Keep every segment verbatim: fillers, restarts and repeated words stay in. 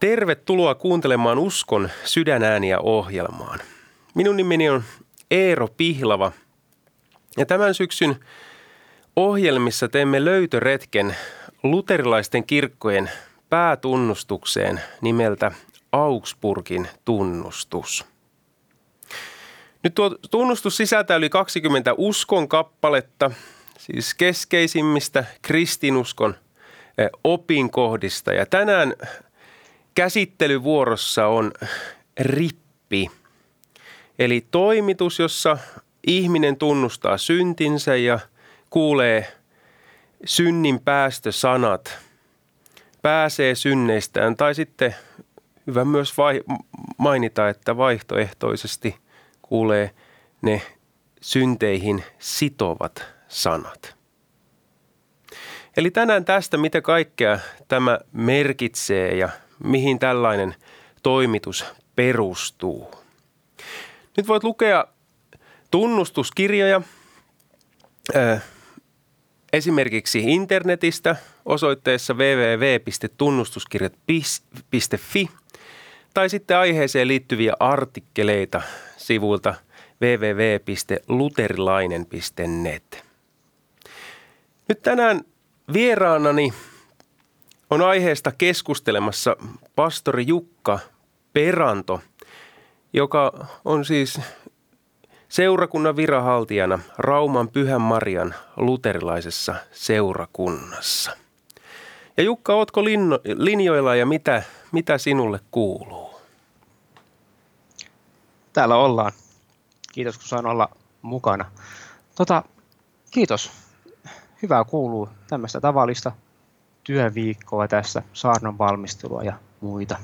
Tervetuloa kuuntelemaan Uskon sydänääniä ohjelmaan. Minun nimeni on Eero Pihlava ja tämän syksyn ohjelmissa teemme löytöretken luterilaisten kirkkojen päätunnustukseen nimeltä Augsburgin tunnustus. Nyt tuo tunnustus sisältää yli kaksikymmentä uskon kappaletta, siis keskeisimmistä kristinuskon opinkohdista. Ja tänään käsittelyvuorossa on rippi, eli toimitus, jossa ihminen tunnustaa syntinsä ja kuulee synnin päästösanat, pääsee synneistään tai sitten hyvä myös vai- mainita, että vaihtoehtoisesti kuulee ne synteihin sitovat sanat. Eli tänään tästä, mitä kaikkea tämä merkitsee ja mihin tällainen toimitus perustuu. Nyt voit lukea tunnustuskirjoja äh, esimerkiksi internetistä osoitteessa double-u double-u double-u piste tunnustuskirjat piste fi tai sitten aiheeseen liittyviä artikkeleita sivuilta double-u double-u double-u piste luterilainen piste net. Nyt tänään vieraanani on aiheesta keskustelemassa pastori Jukka Peranto, joka on siis seurakunnan viranhaltijana Rauman Pyhän Marian luterilaisessa seurakunnassa. Ja Jukka, ootko linno, linjoilla ja mitä, mitä sinulle kuuluu? Täällä ollaan. Kiitos, kun saan olla mukana. Tota, kiitos. Hyvää kuuluu tämmöistä tavallista työviikkoa tässä, saarnan valmistelua ja muita.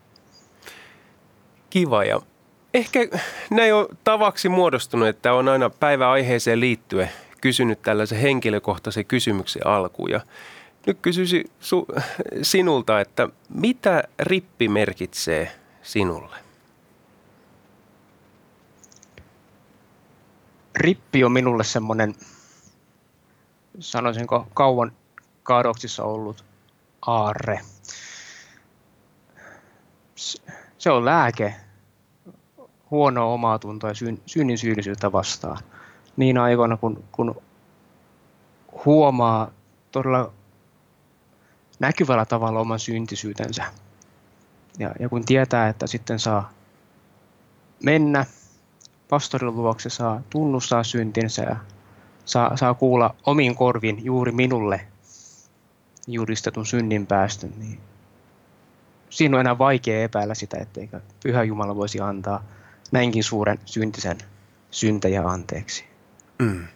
Kiva, ja ehkä näin on tavaksi muodostunut, että on aina päiväaiheeseen liittyen kysynyt tällaisen henkilökohtaisen kysymyksen alkuun. Ja nyt kysyisin su- sinulta, että mitä rippi merkitsee sinulle? Rippi on minulle semmoinen, sanoisinko, kauan kaadoksissa ollut aarre. Se on lääke huonoa omaatuntoa ja synnin syyllisyyttä vastaan. Niin aikoina, kun, kun huomaa todella näkyvällä tavalla oman syntisyytensä. Ja, ja kun tietää, että sitten saa mennä pastorin luokse, saa tunnustaa syntinsä ja saa, saa kuulla omiin korviin juuri minulle julistetun synnin päästön, niin siinä on enää vaikea epäillä sitä, etteikö Pyhä Jumala voisi antaa näinkin suuren syntisen syntejä anteeksi. Mm.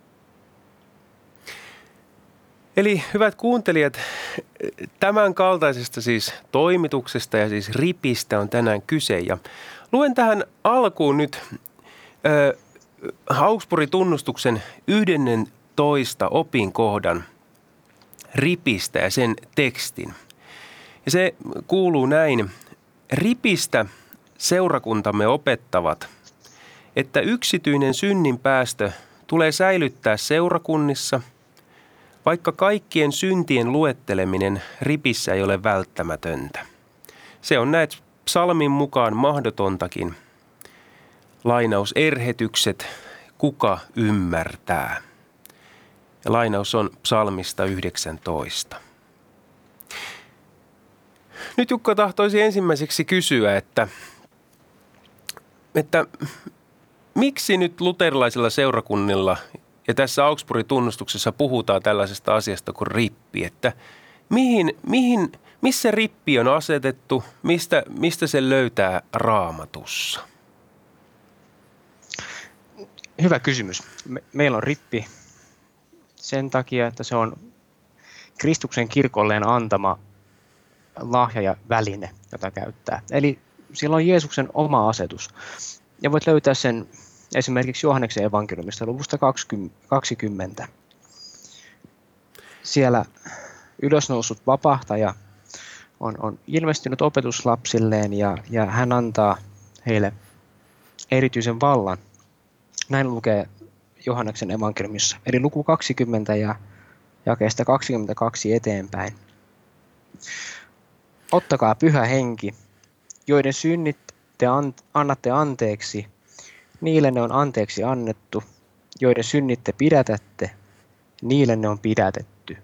Eli hyvät kuuntelijat, tämän kaltaisesta siis toimituksesta ja siis ripistä on tänään kyse. Ja luen tähän alkuun nyt äh, Augsburgin tunnustuksen yhdennentoista opinkohdan ripistä ja sen tekstin. Ja se kuuluu näin: ripistä seurakuntamme opettavat, että yksityinen synnin päästö tulee säilyttää seurakunnissa, vaikka kaikkien syntien luetteleminen ripissä ei ole välttämätöntä. Se on näet psalmin mukaan mahdotontakin. Lainaus: erhetykset, kuka ymmärtää? Ja lainaus on psalmista yhdeksäntoista. Nyt Jukka tahtoisi ensimmäiseksi kysyä, että, että miksi nyt luterilaisilla seurakunnilla ja tässä Augsburgin tunnustuksessa puhutaan tällaisesta asiasta kuin rippi, että mihin, mihin, missä rippi on asetettu, mistä, mistä se löytää Raamatussa? Hyvä kysymys. Me, meillä on rippi sen takia, että se on Kristuksen kirkolleen antama lahja ja väline, jota käyttää. Eli sillä on Jeesuksen oma asetus. Ja voit löytää sen esimerkiksi Johanneksen evankeliumista luvusta kaksikymmentä. Siellä ylösnoussut vapahtaja on, on ilmestynyt opetuslapsilleen ja, ja hän antaa heille erityisen vallan. Näin lukee Johanneksen evankeliumissa. Eli luku kaksikymmentä ja jakeesta kaksikymmentäkaksi eteenpäin. Ottakaa pyhä henki, joiden synnit te annatte anteeksi, niille ne on anteeksi annettu, joiden synnit te pidätätte, niille ne on pidätetty.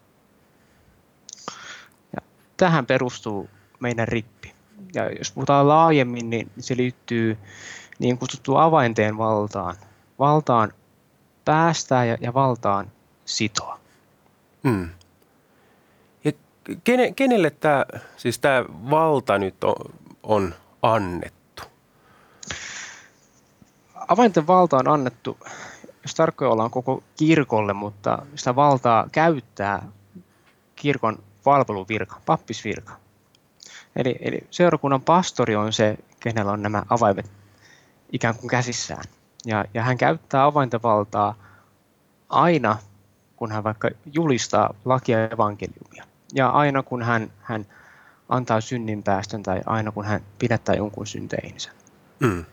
Ja tähän perustuu meidän rippi. Ja jos puhutaan laajemmin, niin se liittyy niin kutsuttuun avainteen valtaan. Valtaan päästää ja, ja valtaan sitoa. Mm. Ja kene, kenelle tämä, siis tämä valta nyt on, on annettu? Avainten valta on annettu, jos tarkkoja ollaan, koko kirkolle, mutta sitä valtaa käyttää kirkon palveluvirka, pappisvirka. Eli, eli seurakunnan pastori on se, kenellä on nämä avaimet ikään kuin käsissään. Ja, ja hän käyttää avaintavaltaa aina, kun hän vaikka julistaa lakia ja evankeliumia. Ja aina, kun hän, hän antaa synninpäästön tai aina, kun hän pidättää jonkun synteihinsä. Mm.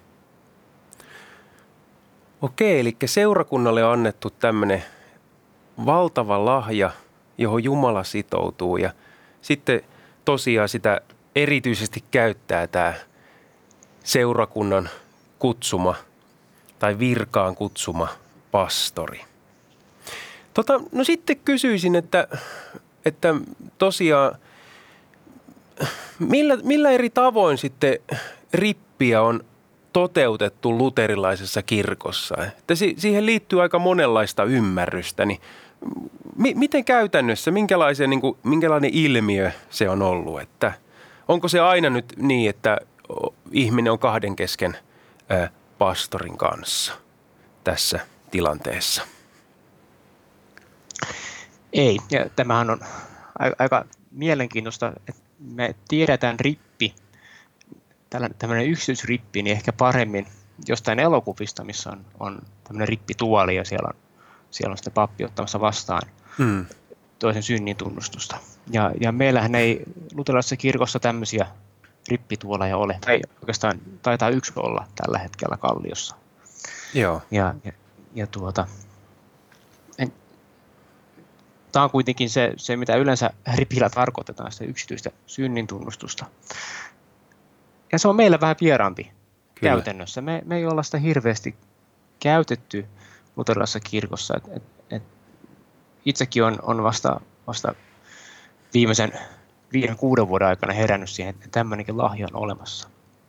Okei, eli seurakunnalle on annettu tämmöinen valtava lahja, johon Jumala sitoutuu. Ja sitten tosiaan sitä erityisesti käyttää tämä seurakunnan kutsuma tai virkaan kutsuma pastori. Tota, no sitten kysyisin, että, että tosiaan millä, millä eri tavoin sitten rippiä on toteutettu luterilaisessa kirkossa? Että si- siihen liittyy aika monenlaista ymmärrystä, niin mi- miten käytännössä, minkälainen, niin kuin, minkälainen ilmiö se on ollut? Että onko se aina nyt niin, että ihminen on kahden kesken ää, pastorin kanssa tässä tilanteessa? Ei, ja tämähän on aika mielenkiintoista, että me tiedetään rippi, tämmöinen yksityisrippi, niin ehkä paremmin jostain elokuvista, missä on, on tämmöinen rippituoli ja siellä on, siellä on sitten pappi ottamassa vastaan mm. toisen synnin tunnustusta. Ja, ja meillähän ei luterilaisessa kirkossa tämmöisiä rippituoleja ole, tai oikeastaan taitaa yksi olla tällä hetkellä Kalliossa. Joo. Ja, ja, ja tuota, en, tämä on kuitenkin se, se, mitä yleensä ripillä tarkoitetaan, sitä yksityistä synnin tunnustusta. Ja se on meillä vähän vieraampi Kyllä. käytännössä. Me, me ei olla sitä hirveästi käytetty luterilaisessa kirkossa. Et, et, et itsekin on, on vasta, vasta viimeisen viiden, kuuden vuoden aikana herännyt siihen, että tämmöinenkin lahja on olemassa.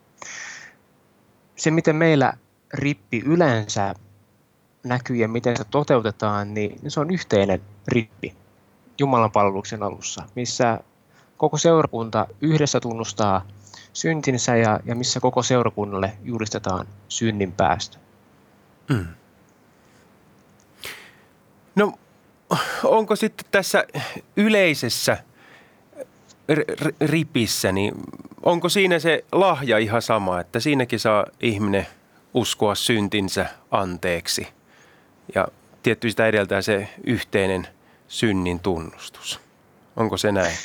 Se, miten meillä rippi yleensä näkyy ja miten se toteutetaan, niin se on yhteinen rippi Jumalan palveluksen alussa, missä koko seurakunta yhdessä tunnustaa syntinsä ja, ja missä koko seurakunnalle julistetaan synnin päästö. Mm. No, onko sitten tässä yleisessä r- ripissä, niin onko siinä se lahja ihan sama, että siinäkin saa ihminen uskoa syntinsä anteeksi? Ja tietysti sitä edeltää se yhteinen synnin tunnustus. Onko se näin?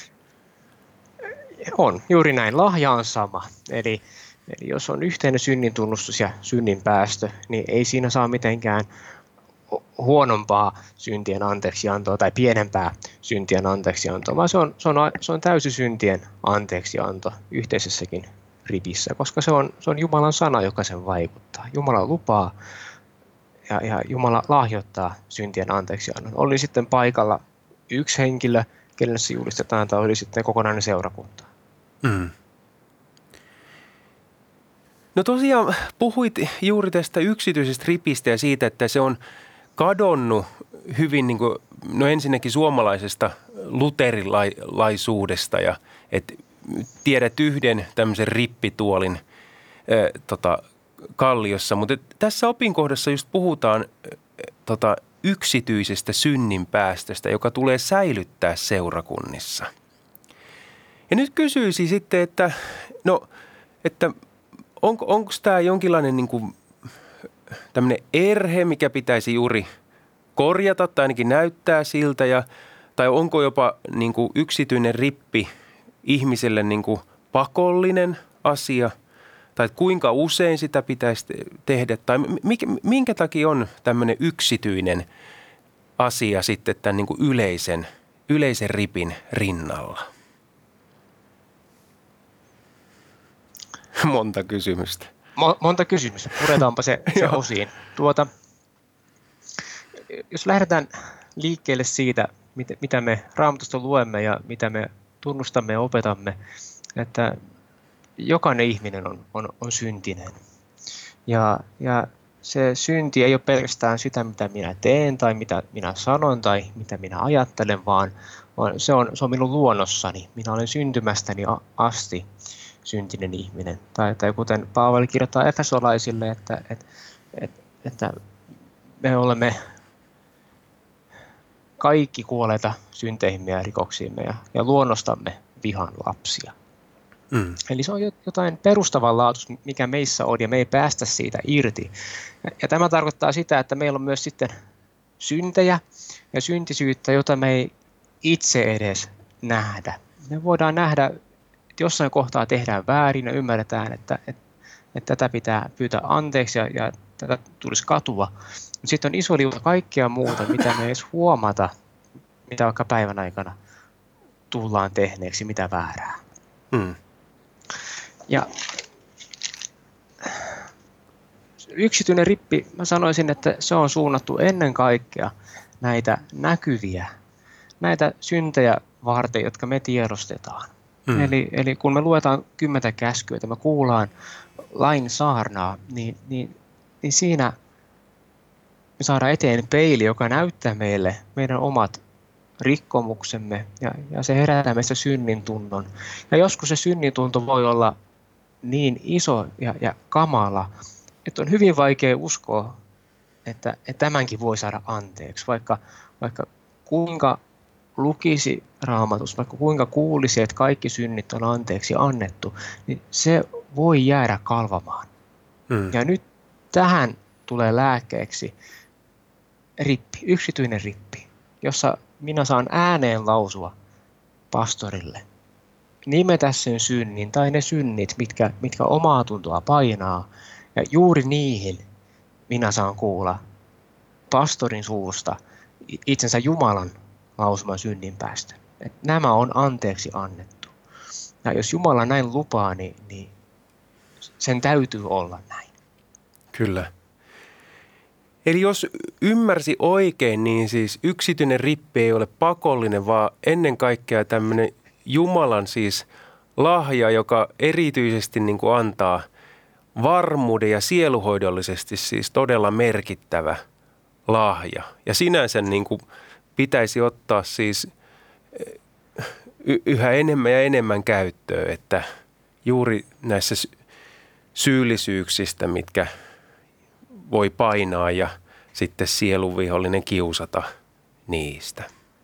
On, juuri näin. Lahja on sama. Eli, eli jos on yhteinen synnin tunnustus ja synnin päästö, niin ei siinä saa mitenkään huonompaa syntien anteeksiantoa tai pienempää syntien anteeksiantoa, vaan se on, se on, se on täysi syntien anteeksianto yhteisessäkin ripissä, koska se on, se on Jumalan sana, joka sen vaikuttaa. Jumala lupaa ja, ja Jumala lahjoittaa syntien anteeksiannon. Oli sitten paikalla yksi henkilö, kenelle se julistetaan, tai oli sitten kokonainen seurakunta. Mm. No tosiaan puhuit juuri tästä yksityisestä ripistä ja siitä, että se on kadonnut hyvin niin kuin, no ensinnäkin suomalaisesta luterilaisuudesta ja että tiedät yhden tämmöisen rippituolin ää, tota, Kalliossa, mutta tässä opinkohdassa just puhutaan ää, tota, yksityisestä synninpäästöstä, joka tulee säilyttää seurakunnissa. Ja nyt kysyisin sitten, että no, että onko, onko tämä jonkinlainen niin kuin tämmöinen erhe, mikä pitäisi juuri korjata tai ainakin näyttää siltä, ja, tai onko jopa niin kuin yksityinen rippi ihmiselle niin kuin pakollinen asia, tai kuinka usein sitä pitäisi tehdä, tai mikä, minkä takia on tämmöinen yksityinen asia sitten tämän niin kuin yleisen, yleisen ripin rinnalla? monta kysymystä. Mo- monta kysymystä, puretaanpa se, se osiin. Tuota, jos lähdetään liikkeelle siitä, mit, mitä me Raamatusta luemme ja mitä me tunnustamme ja opetamme, että jokainen ihminen on, on, on syntinen. Ja, ja se synti ei ole pelkästään sitä, mitä minä teen tai mitä minä sanon tai mitä minä ajattelen, vaan, vaan se, on, se on minun luonnossani. Minä olen syntymästäni asti syntinen ihminen. Tai, tai kuten Paavali kirjoittaa efesolaisille, että, että, että, että me olemme kaikki kuolleita synteihimme ja rikoksiimme ja, ja luonnostamme vihan lapsia. Mm. Eli se on jotain perustavanlaatuista, mikä meissä on, ja me ei päästä siitä irti. Ja, ja tämä tarkoittaa sitä, että meillä on myös sitten syntejä ja syntisyyttä, jota me ei itse edes nähdä. Me voidaan nähdä, että jossain kohtaa tehdään väärin ja ymmärretään, että, että, että tätä pitää pyytää anteeksi ja, ja tätä tulisi katua. Mutta sitten on iso liuta kaikkea muuta, mitä me ei edes huomata, mitä vaikka päivän aikana tullaan tehneeksi, mitä väärää. Mm. Ja yksityinen rippi, mä sanoisin, että se on suunnattu ennen kaikkea näitä näkyviä, näitä syntejä varten, jotka me tiedostetaan. Mm. Eli, eli kun me luetaan kymmentä käskyä, että me kuullaan lain saarnaa, niin, niin, niin siinä me saadaan eteen peili, joka näyttää meille meidän omat rikkomuksemme ja, ja se herättää meistä synnin tunnon. Ja joskus se synnin tunto voi olla niin iso ja, ja kamala, että on hyvin vaikea uskoa, että, että tämänkin voi saada anteeksi, vaikka, vaikka kuinka lukisi Raamatusta, vaikka kuinka kuulisi, että kaikki synnit on anteeksi annettu, niin se voi jäädä kalvamaan. Hmm. Ja nyt tähän tulee lääkkeeksi rippi, yksityinen rippi, jossa minä saan ääneen lausua pastorille, nimetä sen synnin tai ne synnit, mitkä, mitkä omaa tuntoa painaa, ja juuri niihin minä saan kuulla pastorin suusta itsensä Jumalan lausuman synnin päästä. Että nämä on anteeksi annettu. Ja jos Jumala näin lupaa, niin, niin sen täytyy olla näin. Kyllä. Eli jos ymmärsi oikein, niin siis yksityinen rippi ei ole pakollinen, vaan ennen kaikkea tämmöinen Jumalan siis lahja, joka erityisesti niin kuin antaa varmuuden ja sieluhoidollisesti siis todella merkittävä lahja. Ja sinänsä niin kuin pitäisi ottaa siis yhä enemmän ja enemmän käyttöön, että juuri näissä syyllisyyksistä, mitkä voi painaa ja sitten sieluvihollinen kiusata niistä.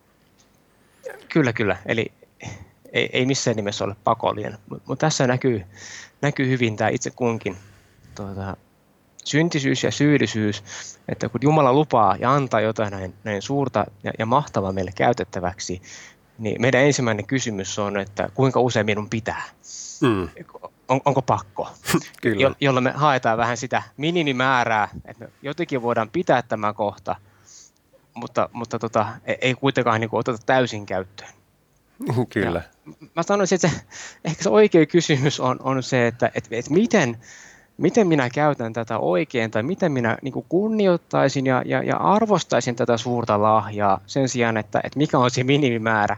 Kyllä, kyllä. Eli ei, ei missään nimessä ole pakollinen, mutta tässä näkyy, näkyy hyvin tämä itse kunkin tuota, syntisyys ja syyllisyys, että kun Jumala lupaa ja antaa jotain näin, näin suurta ja, ja mahtavaa meille käytettäväksi, niin meidän ensimmäinen kysymys on, että kuinka usein minun pitää? Mm. On, onko pakko? Jo, jolla me haetaan vähän sitä minimimäärää, että me jotenkin voidaan pitää tämä kohta, mutta, mutta tota, ei kuitenkaan niin kuin oteta täysin käyttöön. Kyllä. Ja mä sanoisin, että se, ehkä se oikea kysymys on, on se, että, että, että miten, miten minä käytän tätä oikein tai miten minä niin kuin kunnioittaisin ja, ja, ja arvostaisin tätä suurta lahjaa sen sijaan, että, että mikä on se minimimäärä,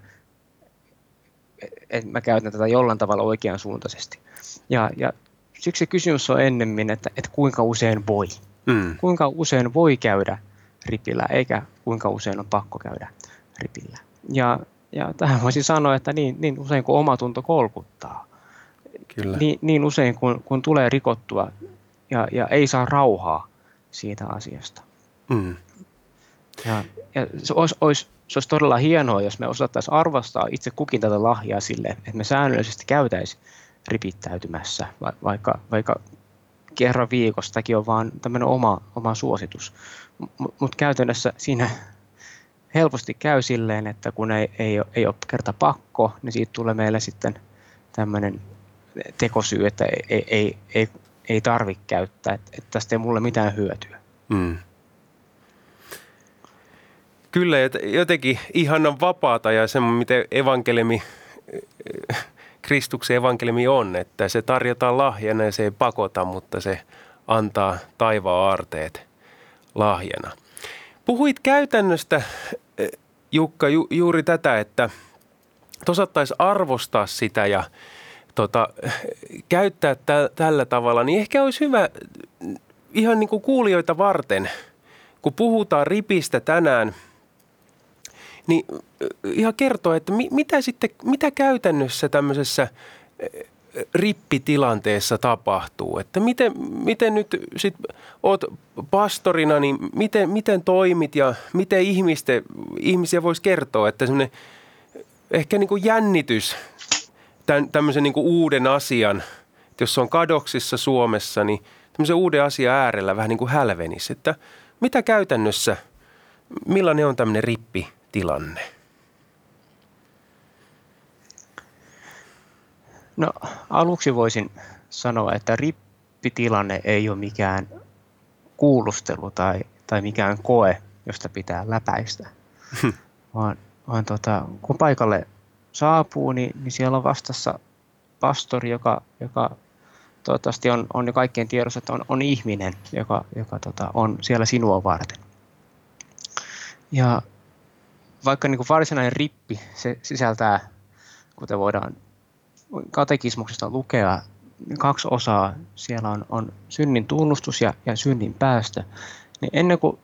että mä käytän tätä jollain tavalla oikean suuntaisesti. Ja, ja siksi se kysymys on ennemmin, että, että kuinka usein voi. Mm. Kuinka usein voi käydä ripillä, eikä kuinka usein on pakko käydä ripillä. Ja, ja tähän voisin sanoa, että niin, niin usein kuin omatunto kolkuttaa, Kyllä. Niin, niin usein kun, kun tulee rikottua ja, ja ei saa rauhaa siitä asiasta. Mm. Ja, ja se, olisi, olisi, se olisi todella hienoa, jos me osattaisiin arvostaa itse kukin tätä lahjaa sille, että me säännöllisesti käytäisiin ripittäytymässä, vaikka, vaikka kerran viikostakin on vaan tämmöinen oma, oma suositus. Mutta mut käytännössä siinä helposti käy silleen, että kun ei, ei, ole, ei ole kerta pakko, niin siitä tulee meille sitten tämmöinen tekosyy, että ei, ei, ei, ei tarvitse käyttää, että, että tästä ei mulle mitään hyötyä. Mm. Kyllä, jotenkin ihanan vapaata ja semmoinen, miten evankeliumi Kristuksen evankeliumi on, että se tarjotaan lahjana ja se ei pakota, mutta se antaa taivaan aarteet lahjana. Puhuit käytännöstä, Jukka, ju, juuri tätä, että osattaisiin arvostaa sitä ja tota, käyttää tä, tällä tavalla, niin ehkä olisi hyvä ihan niin kuin kuulijoita varten, kun puhutaan ripistä tänään, niin ihan kertoa, että mi, mitä sitten, mitä käytännössä tämmöisessä rippitilanteessa tapahtuu, että miten, miten nyt sit oot pastorina, niin miten, miten toimit ja miten ihmisten, ihmisiä voisi kertoa, että semmoinen ehkä niin kuin jännitys tämän, tämmöisen niin kuin uuden asian, että jos se on kadoksissa Suomessa, niin tämmöisen uuden asian äärellä vähän niin kuin hälvenisi, että mitä käytännössä, millainen on tämmöinen rippitilanne? No aluksi voisin sanoa, että rippitilanne ei ole mikään kuulustelu tai, tai mikään koe, josta pitää läpäistä, vaan, vaan tota, kun paikalle saapuu, niin, niin siellä on vastassa pastori, joka, joka toivottavasti on, on jo kaikkien tiedossa, että on, on ihminen, joka, joka tota, on siellä sinua varten. Ja vaikka niin kuin varsinainen rippi, se sisältää, kuten voidaan katekismuksesta lukea, kaksi osaa. Siellä on, on synnin tunnustus ja, ja synnin päästö. Niin ennen kuin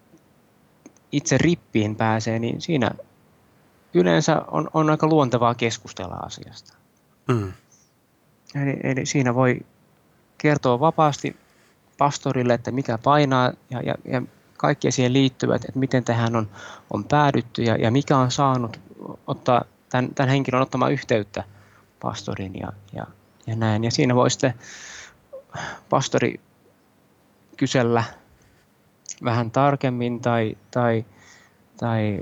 itse rippiin pääsee, niin siinä yleensä on, on aika luontevaa keskustella asiasta. Mm. Eli, eli siinä voi kertoa vapaasti pastorille, että mikä painaa ja, ja, ja kaikki siihen liittyvät, että miten tähän on, on päädytty ja, ja mikä on saanut ottaa tämän, tämän henkilön ottamaan yhteyttä pastorin ja, ja, ja näin. Ja siinä voi sitten pastori kysellä vähän tarkemmin tai, tai, tai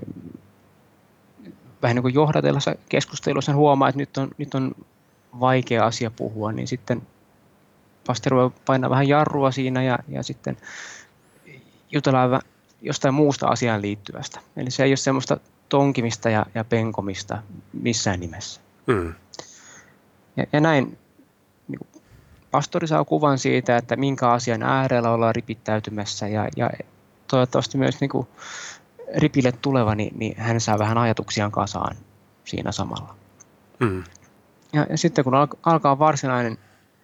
vähän niin kuin johdatella keskustelussa huomaa, että nyt on, nyt on vaikea asia puhua, niin sitten pastori voi painaa vähän jarrua siinä ja, ja sitten jutellaan jostain muusta asiaan liittyvästä. Eli se ei ole semmoista tonkimista ja, ja penkomista missään nimessä. Mm. Ja, ja näin niin kuin pastori saa kuvan siitä, että minkä asian äärellä ollaan ripittäytymässä ja, ja toivottavasti myös niin kuin ripille tuleva, niin, niin hän saa vähän ajatuksiaan kasaan siinä samalla. Mm. Ja, ja sitten kun alkaa varsinainen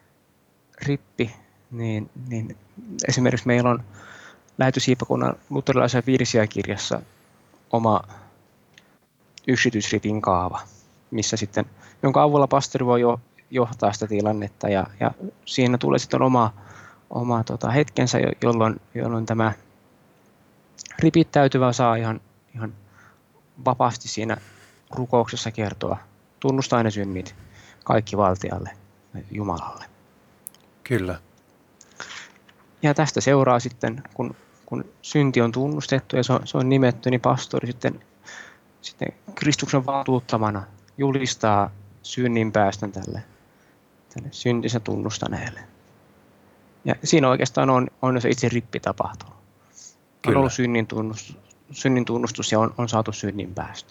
rippi, niin, niin esimerkiksi meillä on Lähetyshiippakunnan luterilaisen virsiäkirjassa oma yksityisripin kaava, missä sitten, jonka avulla pastori voi jo, johtaa sitä tilannetta ja, ja siinä tulee sitten oma, oma tota, hetkensä, jolloin, jolloin tämä ripittäytyvä saa ihan, ihan vapaasti siinä rukouksessa kertoa, tunnustaa ne synnit kaikki valtialle, Jumalalle. Kyllä. Ja tästä seuraa sitten, kun, kun synti on tunnustettu ja se on, se on nimetty, niin pastori sitten, sitten Kristuksen valtuuttamana julistaa synnin päästön tälle, tälle syntinsä tunnustaneelle. Ja siinä oikeastaan on, on se itse rippi tapahtunut. On ollut synnin tunnustus, synnin tunnustus ja on, on saatu synnin päästö.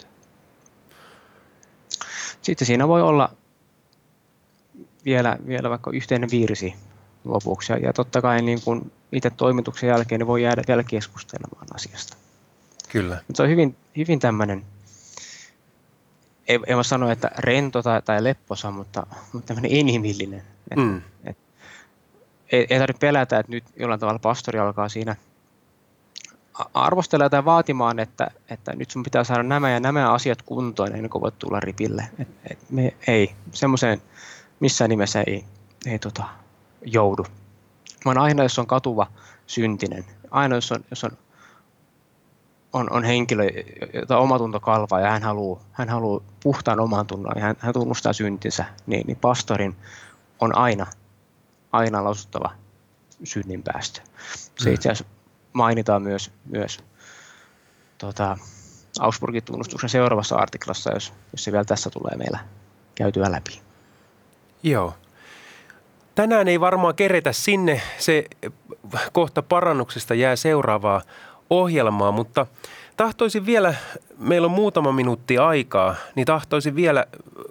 Sitten siinä voi olla vielä, vielä vaikka yhteinen virsi lopuksi. Ja totta kai niin kun itse toimituksen jälkeen niin voi jäädä vielä keskustelemaan asiasta. Kyllä. Mutta se on hyvin, hyvin tämmöinen, ei, ei mä sano, että rento tai, tai lepposa, mutta, mutta tämmöinen inhimillinen. Et, mm. et, ei, ei tarvitse pelätä, että nyt jollain tavalla pastori alkaa siinä arvostella tai vaatimaan, että, että nyt sun pitää saada nämä ja nämä asiat kuntoon ennen kuin voit tulla ripille. Et, et me ei, semmoiseen missään nimessä ei, ei tota, joudu. Vaan aina, jos on katuva syntinen, aina jos on, jos on, on, on henkilö, jota omatunto kalvaa ja hän haluaa, hän haluaa puhtaan oman tunnon ja hän, hän tunnustaa syntinsä, niin, niin pastorin on aina, aina lausuttava synnin päästö. Se itse asiassa mainitaan myös, myös tota, Augsburgin tunnustuksen seuraavassa artiklassa, jos, jos se vielä tässä tulee meillä käytyä läpi. Joo. Tänään ei varmaan keretä sinne, se kohta parannuksesta jää seuraavaa ohjelmaa, mutta tahtoisin vielä, meillä on muutama minuutti aikaa, niin tahtoisin vielä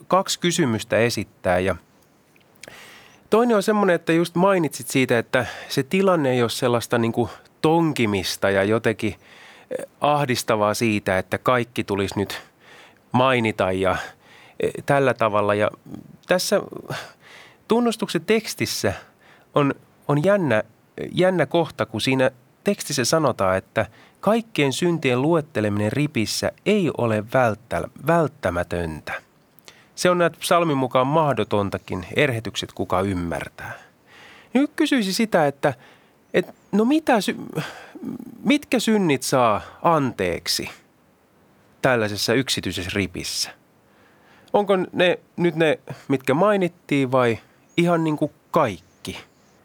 kaksi kysymystä esittää ja toinen on semmoinen, että just mainitsit siitä, että se tilanne ei ole sellaista niin kuin tonkimista ja jotenkin ahdistavaa siitä, että kaikki tulisi nyt mainita ja tällä tavalla. Ja tässä tunnustuksen tekstissä on, on jännä, jännä kohta, kun siinä tekstissä sanotaan, että kaikkien syntien luetteleminen ripissä ei ole välttämätöntä. Se on näitä psalmin mukaan mahdotontakin, erhetykset kuka ymmärtää. Nyt kysyisin sitä, että, että no mitä, mitkä synnit saa anteeksi tällaisessa yksityisessä ripissä? Onko ne nyt ne, mitkä mainittiin vai ihan niin kuin kaikki?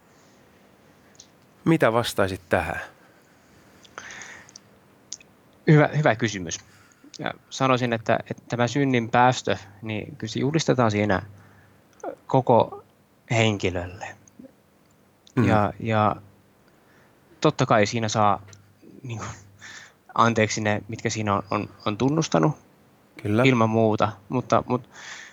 Mitä vastaisit tähän? Hyvä, hyvä kysymys. Ja sanoisin, että, että tämä synnin päästö, niin kyllä se julistetaan siinä koko henkilölle. Mm. Ja, ja totta kai siinä saa niin kuin, anteeksi ne, mitkä siinä on, on, on tunnustanut. Kyllä. Ilman muuta, mutta, mutta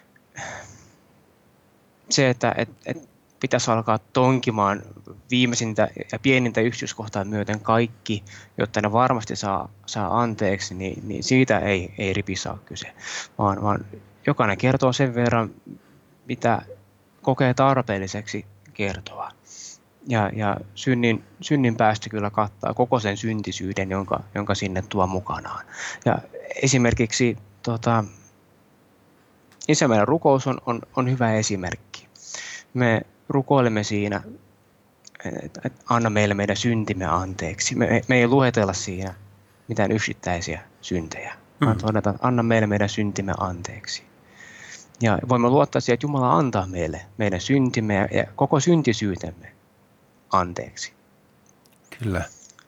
se, että et, et pitäisi alkaa tonkimaan viimeisintä ja pienintä yksityiskohtaa myöten kaikki, jotta ne varmasti saa, saa anteeksi, niin, niin siitä ei, ei ripissä ole kyse, vaan, vaan jokainen kertoo sen verran, mitä kokee tarpeelliseksi kertoa. Ja, ja synnin, synnin päästö kyllä kattaa koko sen syntisyyden, jonka, jonka sinne tuo mukanaan. Ja esimerkiksi tota, Isä meidän rukous on, on, on hyvä esimerkki. Me rukoilemme siinä, että et anna meille meidän syntimme anteeksi. Me, me ei luetella siinä mitään yksittäisiä syntejä, mm. vaan todetaan, että anna meille meidän syntimme anteeksi. Ja voimme luottaa siihen, että Jumala antaa meille meidän syntimme ja, ja koko syntisyytemme anteeksi. Kyllä.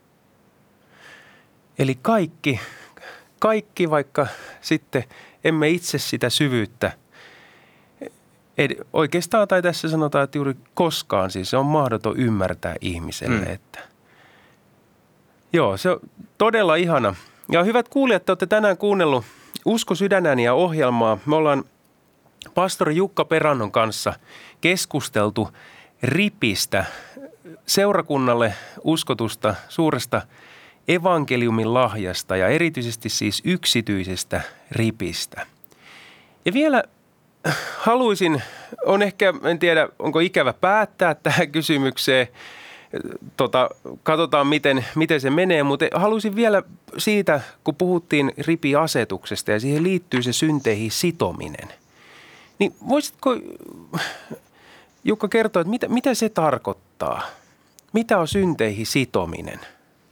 Eli kaikki, kaikki vaikka sitten emme itse sitä syvyyttä, ed- oikeastaan tai tässä sanotaan, että juuri koskaan siis se on mahdoton ymmärtää ihmiselle. Mm. Että. Joo, se on todella ihana. Ja hyvät kuulijat, te olette tänään kuunnellut Usko sydänääni ohjelmaa. Me ollaan pastori Jukka Perannon kanssa keskusteltu ripistä, seurakunnalle uskotusta suuresta evankeliumin lahjasta ja erityisesti siis yksityisestä ripistä. Ja vielä haluaisin, on ehkä, en tiedä onko ikävä päättää tähän kysymykseen, tota, katsotaan miten, miten se menee, mutta haluaisin vielä siitä, kun puhuttiin ripiasetuksesta ja siihen liittyy se synteihin sitominen, niin voisitko Jukka kertoa, että mitä, mitä se tarkoittaa? Mitä on synteihin sitominen?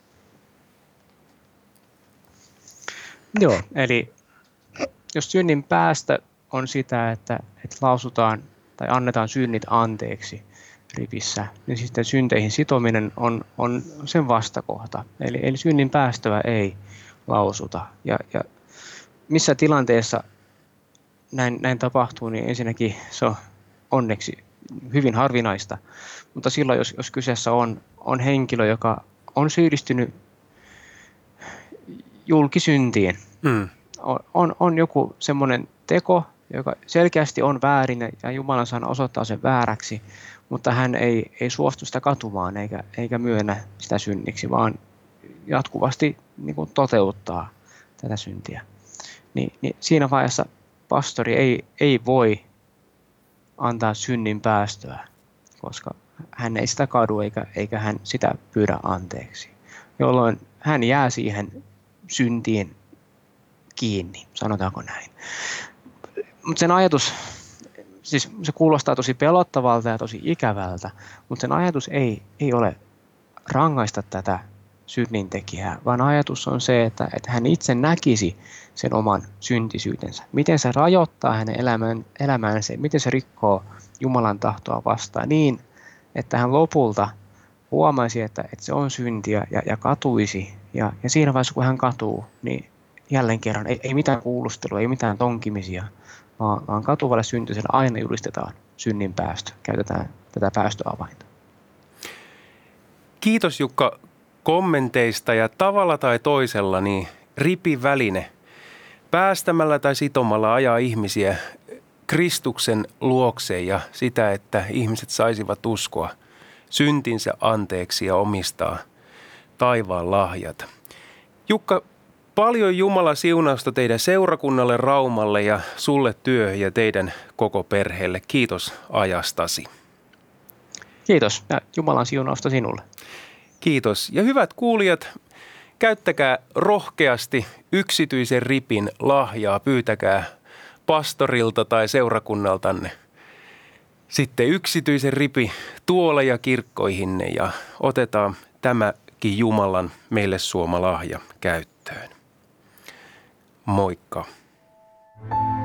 Joo, eli jos synnin päästä on sitä, että, että lausutaan tai annetaan synnit anteeksi ripissä, niin sitten synteihin sitominen on, on sen vastakohta. Eli, eli synnin päästöä ei lausuta. Ja, ja missä tilanteessa näin, näin tapahtuu, niin ensinnäkin se on onneksi hyvin harvinaista. Mutta silloin, jos, jos kyseessä on, on henkilö, joka on syyllistynyt julkisyntiin, mm. on, on, on joku semmoinen teko, joka selkeästi on väärin ja Jumalan sana osoittaa sen vääräksi, mutta hän ei, ei suostu sitä katumaan eikä, eikä myönnä sitä synniksi, vaan jatkuvasti niin kuin toteuttaa tätä syntiä. Ni, niin siinä vaiheessa pastori ei, ei voi antaa synnin päästöä, koska hän ei sitä kadu eikä, eikä hän sitä pyydä anteeksi, jolloin hän jää siihen syntiin kiinni, sanotaanko näin. Mutta sen ajatus, siis se kuulostaa tosi pelottavalta ja tosi ikävältä, mutta sen ajatus ei, ei ole rangaista tätä synnintekijää, vaan ajatus on se, että, että hän itse näkisi sen oman syntisyytensä. Miten se rajoittaa hänen elämän, elämäänsä, miten se rikkoo Jumalan tahtoa vastaan niin, että hän lopulta huomaisi, että, että se on syntiä ja, ja katuisi. Ja, ja siinä vaiheessa, kun hän katuu, niin jälleen kerran ei, ei mitään kuulustelua, ei mitään tonkimisia, vaan, vaan katuvalle syntiselle aina julistetaan synnin päästö. Käytetään tätä päästöavainta. Kiitos Jukka kommenteista ja tavalla tai toisella niin ripin väline päästämällä tai sitomalla ajaa ihmisiä Kristuksen luokse ja sitä, että ihmiset saisivat uskoa syntinsä anteeksi ja omistaa taivaan lahjat. Jukka, paljon Jumalan siunausta teidän seurakunnalle Raumalle ja sulle työhön ja teidän koko perheelle. Kiitos ajastasi. Kiitos ja Jumalan siunausta sinulle. Kiitos. Ja hyvät kuulijat, käyttäkää rohkeasti yksityisen ripin lahjaa, pyytäkää pastorilta tai seurakunnaltanne sitten yksityisen ripi tuoleja kirkkoihinne ja otetaan tämäkin Jumalan meille suoma lahja käyttöön. Moikka!